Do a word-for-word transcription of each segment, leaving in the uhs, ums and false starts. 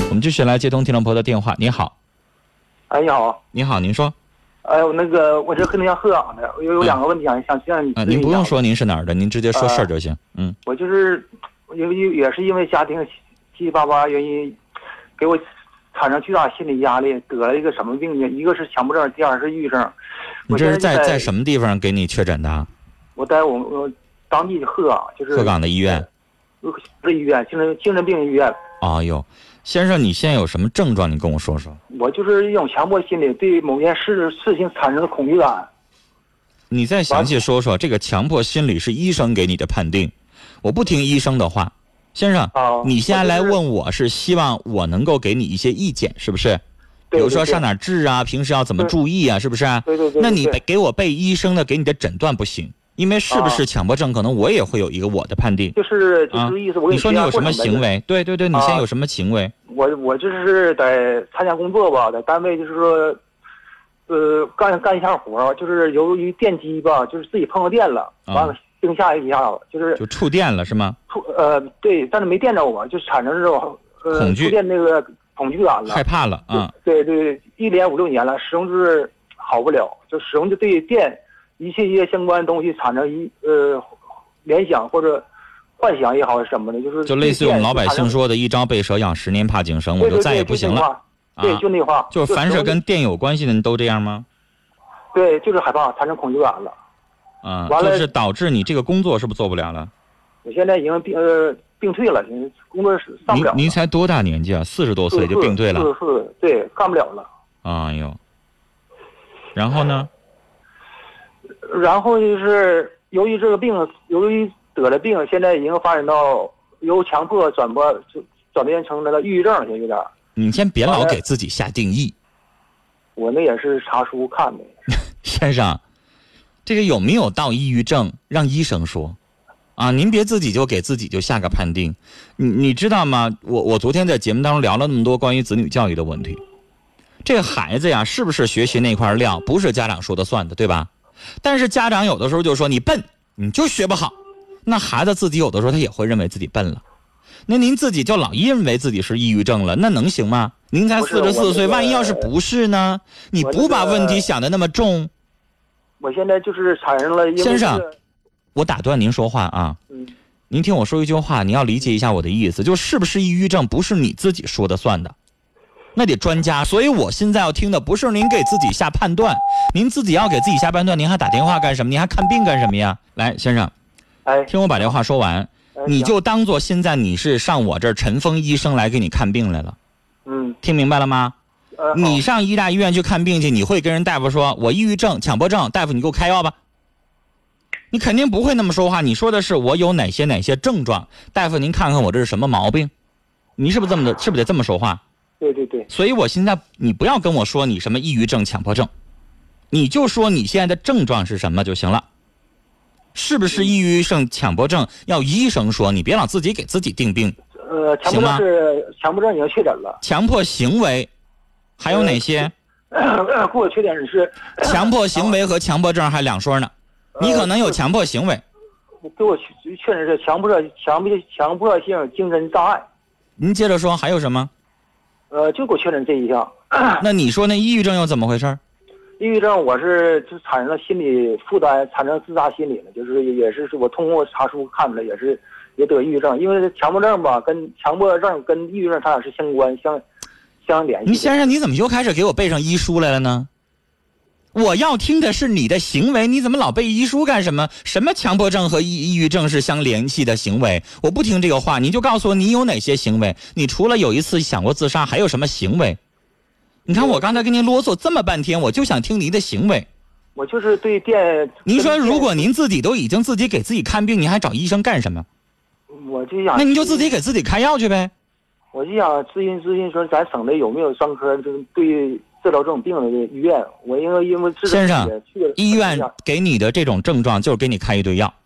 我们继续来接通听众朋友的电话。你好。 哎，你好。 你好，您说。 哎，我那个我是黑龙江鹤岗的，我有有两个问题想想向你。 啊，您不用说您是哪儿的，您直接说事儿就行。嗯。 我就是因为也是因为家庭七七八八原因，给我产生巨大心理压力，得了一个什么病呢？一个是强迫症，第二是抑郁症。 你这是在在什么地方给你确诊的？ 我在我我当地的鹤岗，就是鹤岗的医院。 不是医院，精神精神病医院。 哎呦，先生，你现在有什么症状？你跟我说说。 我就是一种强迫心理，对某件事事情产生恐惧感。 你再详细说说，这个强迫心理是医生给你的判定，我不听医生的话。先生， 哦、 你现在来问我是希望我能够给你一些意见，是不是？比如说上哪儿治啊，平时要怎么注意啊，是不是？ 对对对。 那你给我背医生的给你的诊断不行，因为是不是强迫症，可能我也会有一个我的判定。 就是就是意思，我跟你说你有什么行为？对对对，你现在有什么行为？ 我我就是在参加工作吧，在单位就是说，呃，干干一下活，就是由于电机吧，就是自己碰到电了，完了惊吓一下子，就是就触电了是吗？ 触呃对，但是没电着我，就产生这种呃恐惧、 触电那个恐惧感了， 害怕了啊。 对对，一连五六年了，始终是好不了，就始终就对电一切一些相关东西产生一呃联想或者幻想也好什么的，就是就类似于我们老百姓说的一朝被蛇咬，十年怕井绳，我就再也不行了。 对，就那话。 就是凡是跟电有关系的，你都这样吗？ 对，就是害怕，产生恐惧感了。 啊，完了，就是导致你这个工作是不是做不了了？ 我现在已经病呃病退了，工作是上不了了。 您您才多大年纪啊？四十多岁就病退了？ 是是，对，干不了了。 哎呦。然后呢？ 然后就是由于这个病，由于得了病，现在已经发展到由强迫转播就转变成那个抑郁症，有点。 你先别老给自己下定义。 我那也是查书看的。 先生，这个有没有到抑郁症，让医生说。啊，您别自己就给自己就下个判定。你你知道吗？我我昨天在节目当中聊了那么多关于子女教育的问题。这个孩子呀，是不是学习那块料，不是家长说的算的，对吧？但是家长有的时候就说你笨，你就学不好。那孩子自己有的时候他也会认为自己笨了。那您自己就老认为自己是抑郁症了，那能行吗？您才四十四岁，万一要是不是呢？你不把问题想得那么重。 我现在就是产生了。 先生，我打断您说话啊。 嗯。 您听我说一句话，你要理解一下我的意思，就是不是抑郁症不是你自己说的算的，那得专家。所以我现在要听的不是您给自己下判断，您自己要给自己下判断，您还打电话干什么？您还看病干什么呀？来，先生， 哎， 听我把这话说完。你就当做现在你是上我这儿陈峰医生来给你看病来了。 嗯， 听明白了吗？ 呃、 你上医大医院去看病去，你会跟人大夫说我抑郁症强迫症，大夫你给我开药吧。你肯定不会那么说话，你说的是我有哪些哪些症状，大夫您看看我这是什么毛病。你是不是这么的是不是得这么说话？ 对对对。 所以我现在你不要跟我说你什么抑郁症强迫症，你就说你现在的症状是什么就行了。是不是抑郁症强迫症要医生说，你别老自己给自己定病。 呃，强迫症是强迫症已经确诊了。 强迫行为还有哪些？ 呃，给我确诊是强迫行为和强迫症还两说呢。你可能有强迫行为。 给我确诊是强迫强迫强迫性精神障碍。 您接着说还有什么？ 呃，就给我确诊这一项。 那你说那抑郁症又怎么回事？ 抑郁症我是就产生了心理负担，产生自杀心理了，就是也是我通过查书看的，也是也得抑郁症，因为强迫症吧，跟强迫症跟抑郁症它俩是相关相相联系。 你先生，你怎么又开始给我背上医书来了呢？我要听的是你的行为，你怎么老背医书干什么？什么强迫症和抑抑郁症是相联系的行为？我不听这个话，你就告诉我你有哪些行为？你除了有一次想过自杀，还有什么行为？你看我刚才跟您啰嗦这么半天，我就想听您的行为。 我就是对电。 您说如果您自己都已经自己给自己看病，你还找医生干什么？ 我就想。 那您就自己给自己开药去呗。 我就想咨询咨询说，咱省内有没有专科就是对治疗这种病的医院？我因为因为先生，医院给你的这种症状就是给你开一堆药，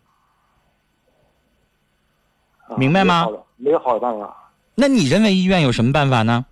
啊、 明白吗？ 没有好的办法。 那你认为医院有什么办法呢？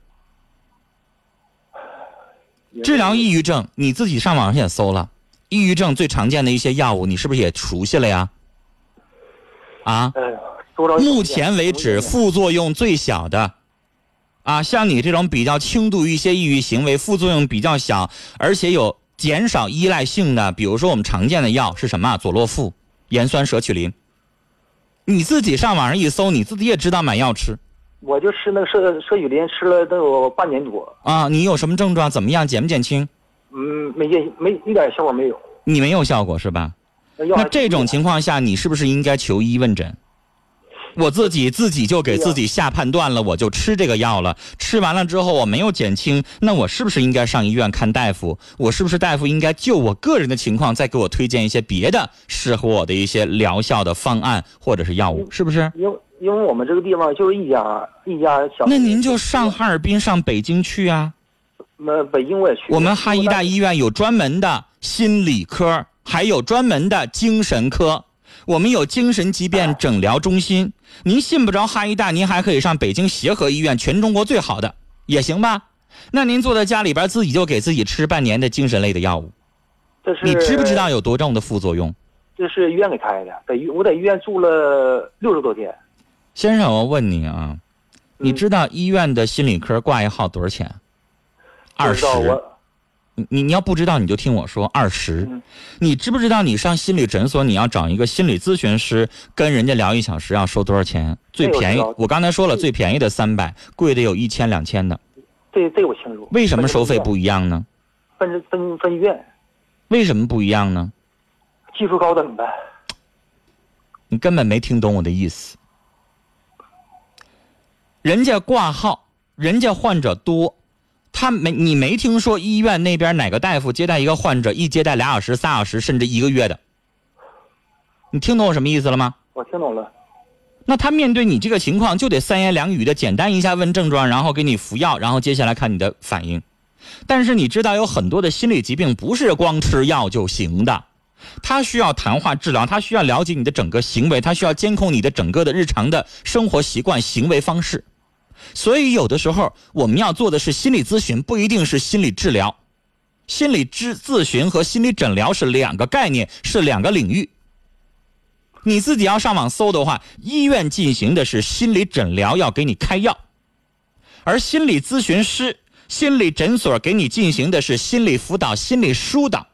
治疗抑郁症，你自己上网上也搜了，抑郁症最常见的一些药物，你是不是也熟悉了呀？啊，目前为止副作用最小的， 啊，像你这种比较轻度一些抑郁行为，副作用比较小，而且有减少依赖性的，比如说我们常见的药是什么？佐洛富、盐酸舍曲林。你自己上网上一搜，你自己也知道买药吃。 我就吃那个舍舍曲林，吃了都有半年多。 啊，你有什么症状？怎么样？减不减轻？ 嗯，没见没一点效果没有。 你没有效果是吧？那这种情况下，你是不是应该求医问诊？我自己自己就给自己下判断了，我就吃这个药了，吃完了之后我没有减轻，那我是不是应该上医院看大夫？我是不是大夫应该就我个人的情况再给我推荐一些别的适合我的一些疗效的方案或者是药物，是不是？ 因为因为我们这个地方就是一家一家小。 那您就上哈尔滨、上北京去啊。 那北京我也去。 我们哈医大医院有专门的心理科，还有专门的精神科。我们有精神疾病诊疗中心，您信不着哈医大，您还可以上北京协和医院，全中国最好的也行吧？那您坐在家里边自己就给自己吃半年的精神类的药物， 这是你知不知道有多重的副作用？ 这是医院给开的，在我在医院住了六十多天。 先生，我问你啊，你知道医院的心理科挂一号多少钱？二十。你你要不知道你就听我说，二十。你知不知道你上心理诊所，你要找一个心理咨询师，跟人家聊一小时要收多少钱？最便宜，我刚才说了，最便宜的三百，贵的有一千、两千的。 这这我清楚。 为什么收费不一样呢？ 分分分医院。 为什么不一样呢？ 技术高等的。 你根本没听懂我的意思。人家挂号，人家患者多。他没，你没听说医院那边哪个大夫接待一个患者，一接待俩小时、仨小时，甚至一个月的？你听懂我什么意思了吗？ 我听懂了。 那他面对你这个情况，就得三言两语的简单一下问症状，然后给你服药，然后接下来看你的反应。但是你知道有很多的心理疾病不是光吃药就行的，他需要谈话治疗，他需要了解你的整个行为，他需要监控你的整个的日常的生活习惯、行为方式。所以有的时候我们要做的是心理咨询，不一定是心理治疗。心理咨询和心理诊疗是两个概念，是两个领域。你自己要上网搜的话，医院进行的是心理诊疗，要给你开药，而心理咨询师、心理诊所给你进行的是心理辅导、心理疏导。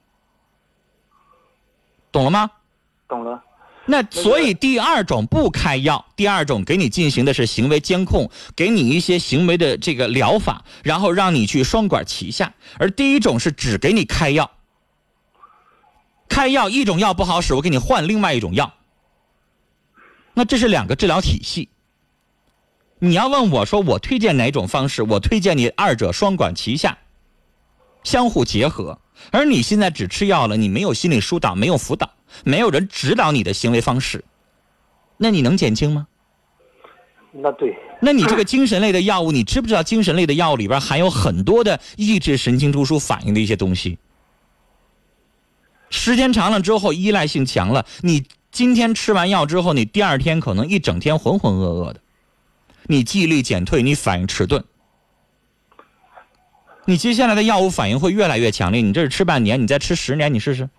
懂了吗？ 懂了。 那所以第二种不开药，第二种给你进行的是行为监控，给你一些行为的这个疗法，然后让你去双管齐下。而第一种是只给你开药，开药一种药不好使，我给你换另外一种药。那这是两个治疗体系。你要问我说我推荐哪种方式，我推荐你二者双管齐下，相互结合。而你现在只吃药了，你没有心理疏导，没有辅导，没有人指导你的行为方式，那你能减轻吗？ 那对。 那你这个精神类的药物，你知不知道精神类的药物里边含有很多的抑制神经中枢反应的一些东西？时间长了之后，依赖性强了，你今天吃完药之后，你第二天可能一整天浑浑噩噩的，你记忆力减退，你反应迟钝，你接下来的药物反应会越来越强烈。你这是吃半年，你再吃十年，你试试。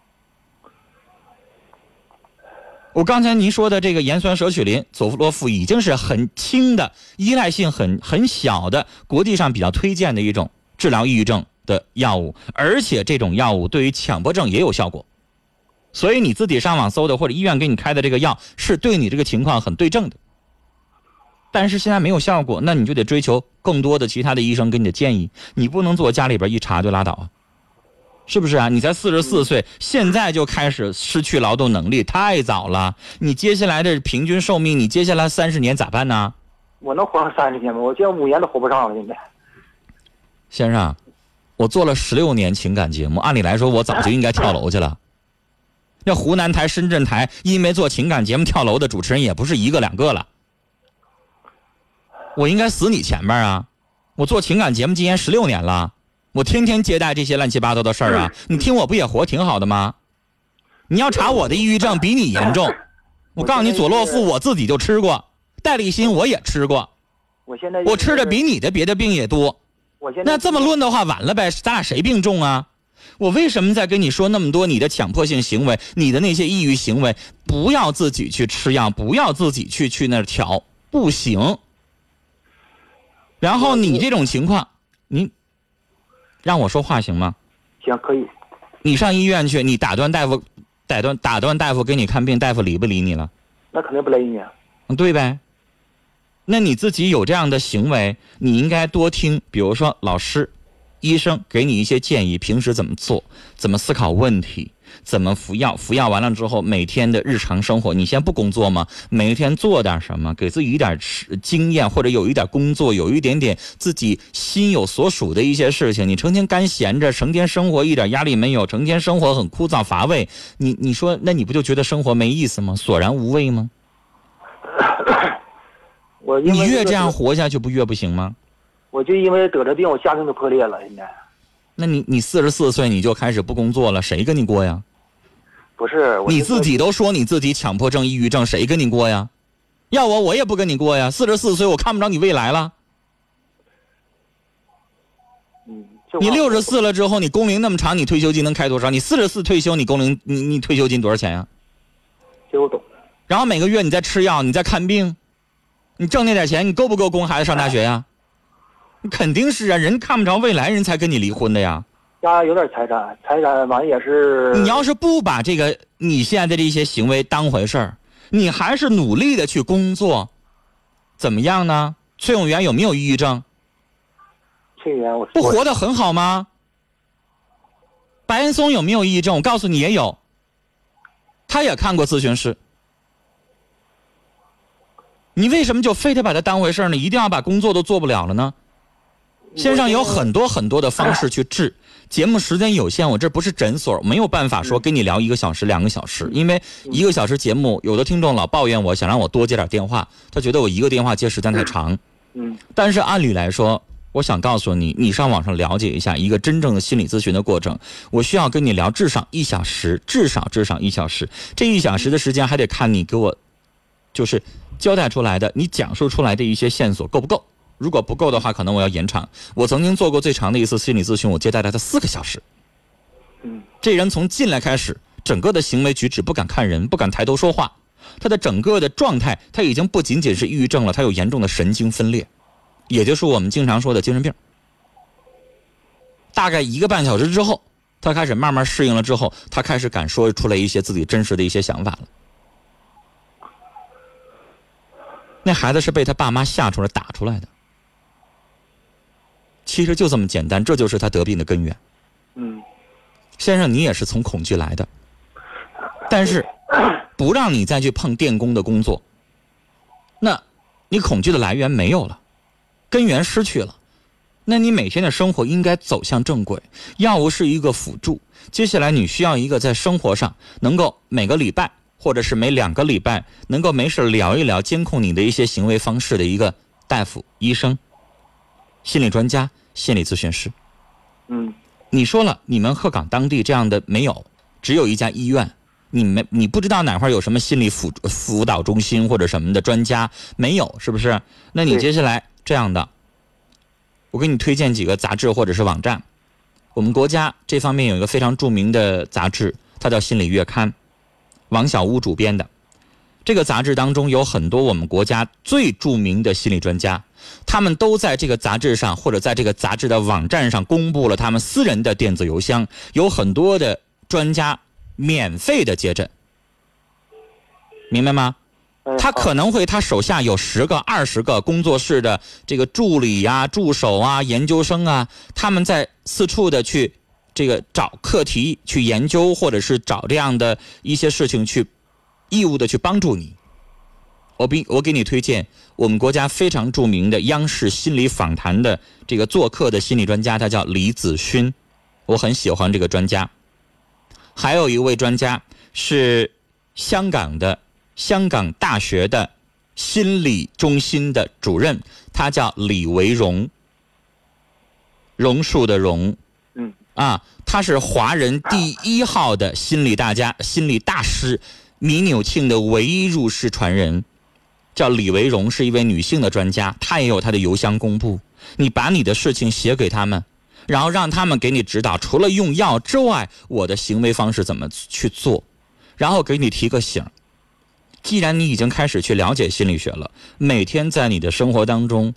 我刚才您说的这个盐酸舍曲林、佐洛富已经是很轻的、依赖性很很小的，国际上比较推荐的一种治疗抑郁症的药物，而且这种药物对于强迫症也有效果。所以你自己上网搜的或者医院给你开的这个药是对你这个情况很对症的。但是现在没有效果，那你就得追求更多的其他的医生给你的建议，你不能坐家里边一查就拉倒啊，是不是啊？你才四十四岁，现在就开始失去劳动能力，太早了。你接下来的平均寿命，你接下来三十年咋办呢？ 我能活上三十年吗？我现在五年都活不上了，现在。 先生，我做了十六年情感节目，按理来说我早就应该跳楼去了。那湖南台、深圳台因为做情感节目跳楼的主持人也不是一个两个了。我应该死你前面啊！我做情感节目今年十六年了，我天天接待这些乱七八糟的事儿啊！你听我不也活挺好的吗？你要查我的抑郁症比你严重，我告诉你，佐洛富我自己就吃过，戴立新我也吃过， 我现在我吃的比你的别的病也多。 我现在那这么论的话，完了呗，咱俩谁病重啊？我为什么在跟你说那么多你的强迫性行为，你的那些抑郁行为，不要自己去吃药，不要自己去去那儿调，不行。 然后你这种情况，你让我说话行吗？ 行，可以。 你上医院去，你打断大夫，打断打断大夫给你看病，大夫理不理你了？ 那肯定不理你。 嗯，对呗。那你自己有这样的行为，你应该多听，比如说老师、医生给你一些建议，平时怎么做，怎么思考问题，怎么服药，服药完了之后，每天的日常生活，你现在不工作吗？每一天做点什么，给自己一点经验，或者有一点工作，有一点点自己心有所属的一些事情。你成天干闲着，成天生活一点压力没有，成天生活很枯燥乏味，你你说那你不就觉得生活没意思吗？索然无味吗？ 我因为你越这样活下去，不越不行吗？ 我就因为得这病，我家庭都破裂了。现在， 那你你四十四岁你就开始不工作了，谁跟你过呀？ 不是你自己都说你自己强迫症、抑郁症，谁跟你过呀？要我我也不跟你过呀。四十四岁我看不着你未来了。 嗯， 你六十四了之后，你工龄那么长，你退休金能开多少？你四十四退休，你工龄你你退休金多少钱呀？ 这我懂。 然后每个月你在吃药，你在看病，你挣那点钱，你够不够供孩子上大学呀？肯定是啊，人看不着未来，人才跟你离婚的呀。 家有点财产，财产完也是。 你要是不把这个你现在的这些行为当回事儿，你还是努力的去工作，怎么样呢？崔永元有没有抑郁症？ 崔永元，我不活得很好吗？白岩松有没有抑郁症？我告诉你也有，他也看过咨询师。你为什么就非得把它当回事呢？一定要把工作都做不了了呢？线上有很多很多的方式去治。节目时间有限，我这不是诊所，没有办法说跟你聊一个小时、两个小时，因为一个小时节目，有的听众老抱怨我，想让我多接点电话，他觉得我一个电话接时间太长。 嗯。 但是按理来说，我想告诉你，你上网上了解一下一个真正的心理咨询的过程，我需要跟你聊至少一小时，至少至少一小时。这一小时的时间还得看你给我，就是交代出来的，你讲述出来的一些线索够不够。如果不够的话，可能我要延长。我曾经做过最长的一次心理咨询，我接待了他四个小时。 嗯， 这人从进来开始，整个的行为举止不敢看人，不敢抬头说话，他的整个的状态，他已经不仅仅是抑郁症了，他有严重的神经分裂，也就是我们经常说的精神病。大概一个半小时之后，他开始慢慢适应了之后，他开始敢说出来一些自己真实的一些想法了。那孩子是被他爸妈吓出来打出来的。其实就这么简单，这就是他得病的根源。 嗯， 先生，你也是从恐惧来的，但是不让你再去碰电工的工作，那你恐惧的来源没有了，根源失去了，那你每天的生活应该走向正轨。药物是一个辅助，接下来你需要一个在生活上能够每个礼拜或者是每两个礼拜能够没事聊一聊，监控你的一些行为方式的一个大夫、医生、心理专家、心理咨询师。 嗯， 你说了，你们鹤岗当地这样的没有，只有一家医院，你没你不知道哪块有什么心理辅辅导中心或者什么的专家，没有，是不是？那你接下来这样的，我给你推荐几个杂志或者是网站。我们国家这方面有一个非常著名的杂志，它叫《心理月刊》，王小屋主编的。这个杂志当中有很多我们国家最著名的心理专家，他们都在这个杂志上或者在这个杂志的网站上公布了他们私人的电子邮箱，有很多的专家免费的接诊，明白吗？他可能会他手下有十个二十个工作室的这个助理啊、助手啊、研究生啊，他们在四处的去这个找课题去研究，或者是找这样的一些事情去义务的去帮助你。我比我给你推荐我们国家非常著名的央视心理访谈的这个做客的心理专家，他叫李子勋，我很喜欢这个专家。还有一位专家是香港的香港大学的心理中心的主任，他叫李维荣，榕树的榕， 嗯啊，他是华人第一号的心理大家、心理大师，米纽庆的唯一入室传人，叫李维荣，是一位女性的专家，她也有她的邮箱公布。你把你的事情写给他们，然后让他们给你指导，除了用药之外，我的行为方式怎么去做，然后给你提个醒。既然你已经开始去了解心理学了，每天在你的生活当中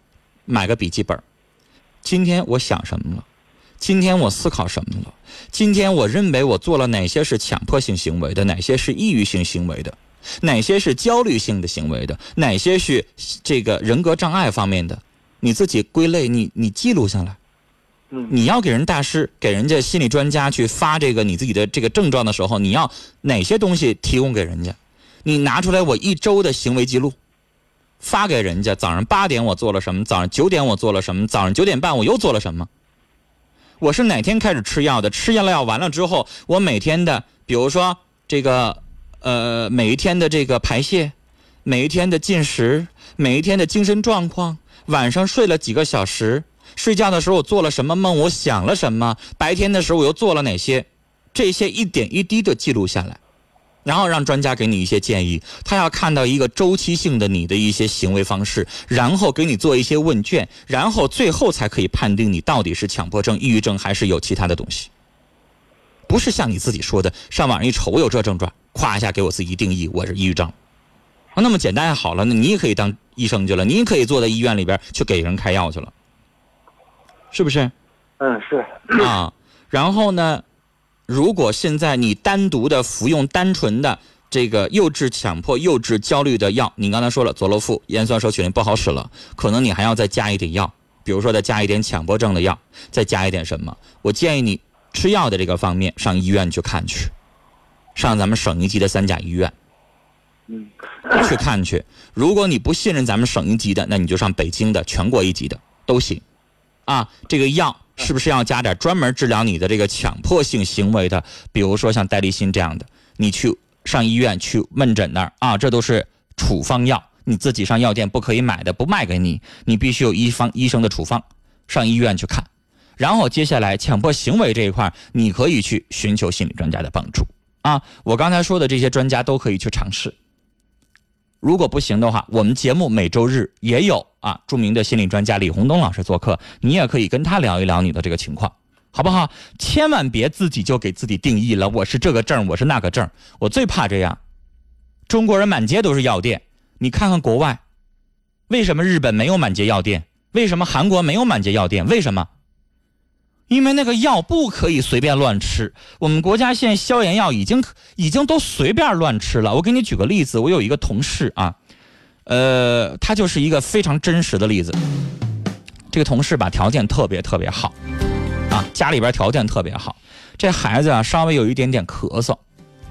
买个笔记本，今天我想什么了？今天我思考什么了？今天我认为我做了哪些是强迫性行为的，哪些是抑郁性行为的，哪些是焦虑性的行为的，哪些是这个人格障碍方面的，你自己归类，你你记录下来。你要给人大师给人家心理专家去发这个你自己的这个症状的时候，你要哪些东西提供给人家？你拿出来我一周的行为记录发给人家，早上八点我做了什么，早上九点我做了什么，早上九点半我又做了什么，我是哪天开始吃药的，吃药了药完了之后，我每天的比如说这个呃每一天的这个排泄，每一天的进食，每一天的精神状况，晚上睡了几个小时，睡觉的时候我做了什么梦，我想了什么，白天的时候我又做了哪些，这些一点一滴的记录下来，然后让专家给你一些建议。他要看到一个周期性的你的一些行为方式，然后给你做一些问卷，然后最后才可以判定你到底是强迫症、抑郁症还是有其他的东西。不是像你自己说的上网上一瞅我有这症状，咵一下给我自己定义我是抑郁症，那么简单好了，那你也可以当医生去了，你也可以坐在医院里边去给人开药去了，是不是？ 嗯，是啊。然后呢，如果现在你单独的服用单纯的这个又治强迫又治焦虑的药，你刚才说了佐洛夫盐酸手曲林不好使了，可能你还要再加一点药，比如说再加一点强迫症的药，再加一点什么。我建议你吃药的这个方面上医院去看去，上咱们省一级的三甲医院嗯去看去。如果你不信任咱们省一级的，那你就上北京的全国一级的都行啊。这个药是不是要加点专门治疗你的这个强迫性行为的，比如说像代利辛这样的，你去上医院去问诊那儿啊，这都是处方药，你自己上药店不可以买的，不卖给你，你必须有医方医生的处方，上医院去看。然后接下来强迫行为这一块，你可以去寻求心理专家的帮助啊。我刚才说的这些专家都可以去尝试。如果不行的话，我们节目每周日也有啊著名的心理专家李洪东老师做客，你也可以跟他聊一聊你的这个情况，好不好？千万别自己就给自己定义了，我是这个症，我是那个症，我最怕这样。中国人满街都是药店，你看看国外，为什么日本没有满街药店？为什么韩国没有满街药店？为什么？因为那个药不可以随便乱吃，我们国家现在消炎药已经已经都随便乱吃了。我给你举个例子，我有一个同事啊，呃，他就是一个非常真实的例子。这个同事吧，条件特别特别好啊，家里边条件特别好，这孩子啊稍微有一点点咳嗽，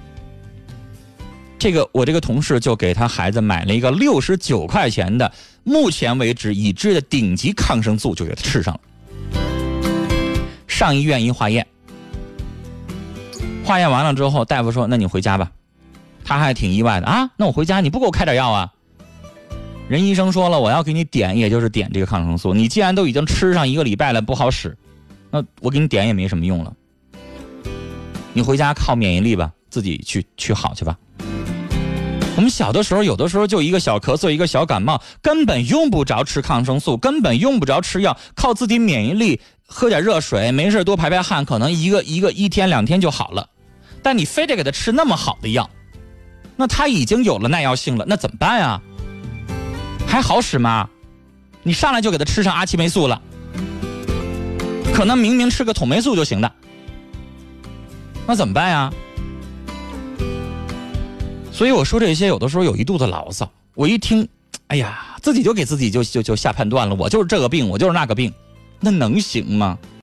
这个我这个同事就给他孩子买了一个六十九块钱的，目前为止已知的顶级抗生素，就给他吃上了。上医院一化验，化验完了之后，大夫说：“那你回家吧。”他还挺意外的啊，那我回家你不给我开点药啊？人医生说了，我要给你点，也就是点这个抗生素。你既然都已经吃上一个礼拜了，不好使，那我给你点也没什么用了。你回家靠免疫力吧，自己去去好去吧。我们小的时候，有的时候就一个小咳嗽，一个小感冒，根本用不着吃抗生素，根本用不着吃药，靠自己免疫力。喝点热水，没事多排排汗，可能一个一个一天两天就好了。但你非得给他吃那么好的药，那他已经有了耐药性了，那怎么办呀？还好使吗？你上来就给他吃上阿奇霉素了，可能明明吃个统霉素就行的，那怎么办呀？所以我说这些有的时候有一肚子牢骚，我一听，哎呀，自己就给自己就就就下判断了，我就是这个病，我就是那个病。那能行吗？